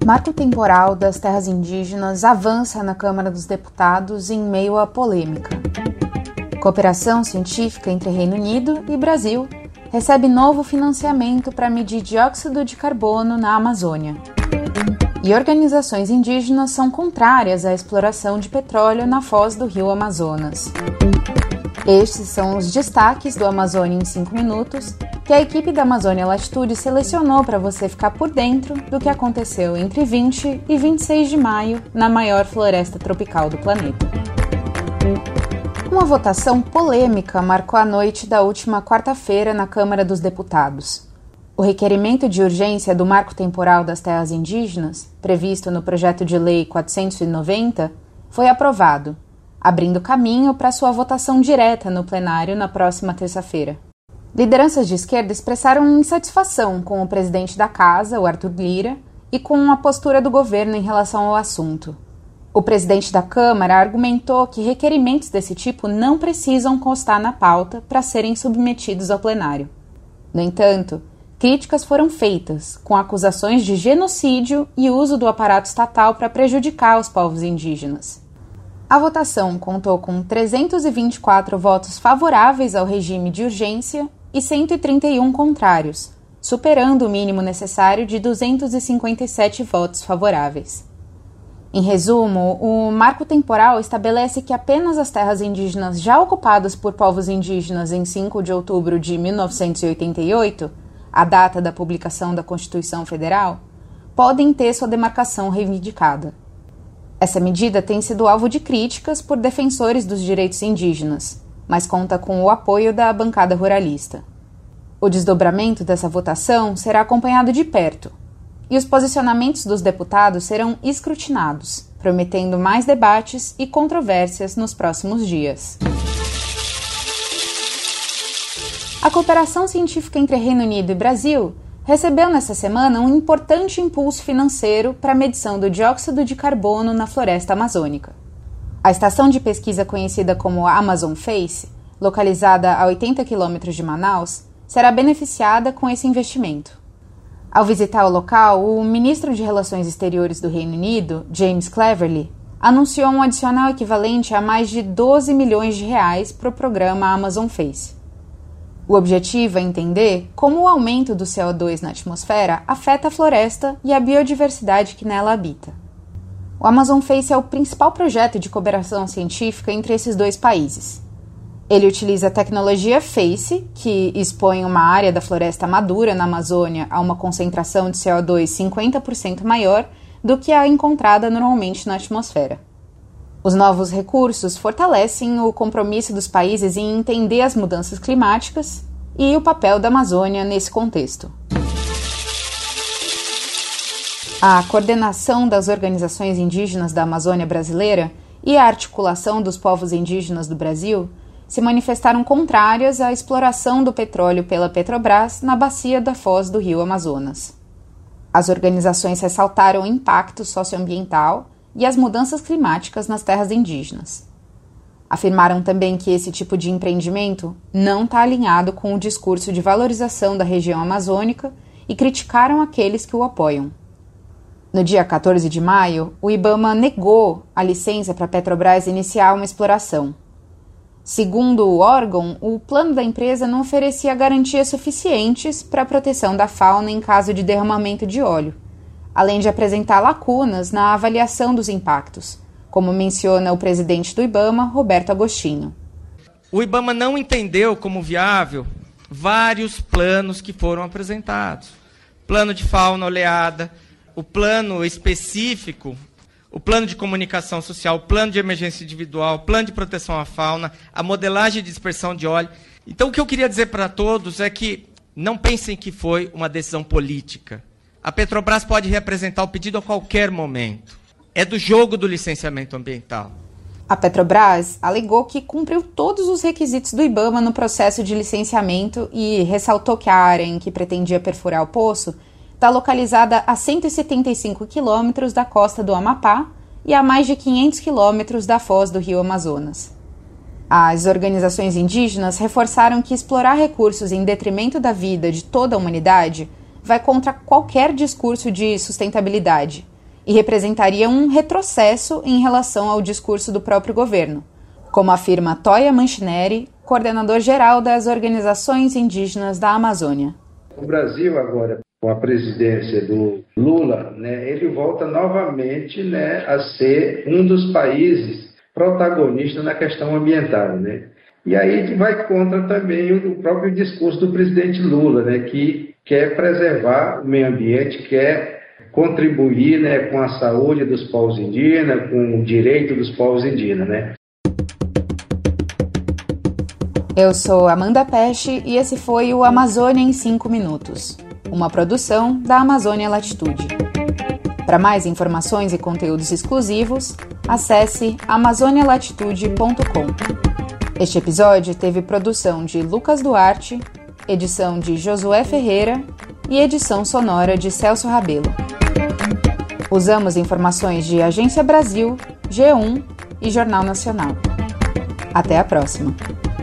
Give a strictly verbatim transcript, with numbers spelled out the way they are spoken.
Marco temporal das terras indígenas avança na Câmara dos Deputados em meio à polêmica. Cooperação científica entre Reino Unido e Brasil recebe novo financiamento para medir dióxido de carbono na Amazônia. E organizações indígenas são contrárias à exploração de petróleo na foz do rio Amazonas. Estes são os destaques do Amazônia em cinco minutos, que a equipe da Amazônia Latitude selecionou para você ficar por dentro do que aconteceu entre vinte e vinte e seis de maio na maior floresta tropical do planeta. Uma votação polêmica marcou a noite da última quarta-feira na Câmara dos Deputados. O requerimento de urgência do Marco Temporal das Terras Indígenas, previsto no Projeto de Lei quatrocentos e noventa, foi aprovado, abrindo caminho para sua votação direta no plenário na próxima terça-feira. Lideranças de esquerda expressaram insatisfação com o presidente da Casa, o Arthur Lira, e com a postura do governo em relação ao assunto. O presidente da Câmara argumentou que requerimentos desse tipo não precisam constar na pauta para serem submetidos ao plenário. No entanto, críticas foram feitas, com acusações de genocídio e uso do aparato estatal para prejudicar os povos indígenas. A votação contou com trezentos e vinte e quatro votos favoráveis ao regime de urgência e cento e trinta e um contrários, superando o mínimo necessário de duzentos e cinquenta e sete votos favoráveis. Em resumo, o marco temporal estabelece que apenas as terras indígenas já ocupadas por povos indígenas em cinco de outubro de mil novecentos e oitenta e oito, a data da publicação da Constituição Federal, podem ter sua demarcação reivindicada. Essa medida tem sido alvo de críticas por defensores dos direitos indígenas, mas conta com o apoio da bancada ruralista. O desdobramento dessa votação será acompanhado de perto, e os posicionamentos dos deputados serão escrutinados, prometendo mais debates e controvérsias nos próximos dias. A cooperação científica entre Reino Unido e Brasil recebeu nessa semana um importante impulso financeiro para a medição do dióxido de carbono na floresta amazônica. A estação de pesquisa conhecida como Amazon Face, localizada a oitenta quilômetros de Manaus, será beneficiada com esse investimento. Ao visitar o local, o ministro de Relações Exteriores do Reino Unido, James Cleverly, anunciou um adicional equivalente a mais de doze milhões de reais para o programa Amazon Face. O objetivo é entender como o aumento do C O dois na atmosfera afeta a floresta e a biodiversidade que nela habita. O Amazon Face é o principal projeto de cooperação científica entre esses dois países. Ele utiliza a tecnologia FACE, que expõe uma área da floresta madura na Amazônia a uma concentração de C O dois cinquenta por cento maior do que a encontrada normalmente na atmosfera. Os novos recursos fortalecem o compromisso dos países em entender as mudanças climáticas e o papel da Amazônia nesse contexto. A coordenação das organizações indígenas da Amazônia brasileira e a articulação dos povos indígenas do Brasil se manifestaram contrárias à exploração do petróleo pela Petrobras na bacia da foz do rio Amazonas. As organizações ressaltaram o impacto socioambiental e as mudanças climáticas nas terras indígenas. Afirmaram também que esse tipo de empreendimento não está alinhado com o discurso de valorização da região amazônica e criticaram aqueles que o apoiam. No dia quatorze de maio, o IBAMA negou a licença para a Petrobras iniciar uma exploração. Segundo o órgão, o plano da empresa não oferecia garantias suficientes para a proteção da fauna em caso de derramamento de óleo, além de apresentar lacunas na avaliação dos impactos, como menciona o presidente do IBAMA, Roberto Agostinho. O IBAMA não entendeu como viável vários planos que foram apresentados. Plano de fauna oleada, o plano específico, o plano de comunicação social, o plano de emergência individual, o plano de proteção à fauna, a modelagem de dispersão de óleo. Então, o que eu queria dizer para todos é que não pensem que foi uma decisão política. A Petrobras pode reapresentar o pedido a qualquer momento. É do jogo do licenciamento ambiental. A Petrobras alegou que cumpriu todos os requisitos do IBAMA no processo de licenciamento e ressaltou que a área em que pretendia perfurar o poço está localizada a cento e setenta e cinco quilômetros da costa do Amapá e a mais de quinhentos quilômetros da foz do rio Amazonas. As organizações indígenas reforçaram que explorar recursos em detrimento da vida de toda a humanidade vai contra qualquer discurso de sustentabilidade, e representaria um retrocesso em relação ao discurso do próprio governo, como afirma Toya Manchineri, coordenador geral das organizações indígenas da Amazônia. O Brasil agora, com a presidência do Lula, né, ele volta novamente, né, a ser um dos países protagonistas na questão ambiental, né? E aí vai contra também o próprio discurso do presidente Lula, né, que quer preservar o meio ambiente, quer contribuir, né, com a saúde dos povos indígenas, com o direito dos povos indígenas, né? Eu sou Amanda Peste e esse foi o Amazônia em cinco minutos, uma produção da Amazônia Latitude. Para mais informações e conteúdos exclusivos, acesse amazônia latitude ponto com. Este episódio teve produção de Lucas Duarte, edição de Josué Ferreira e edição sonora de Celso Rabelo. Usamos informações de Agência Brasil, G um e Jornal Nacional. Até a próxima!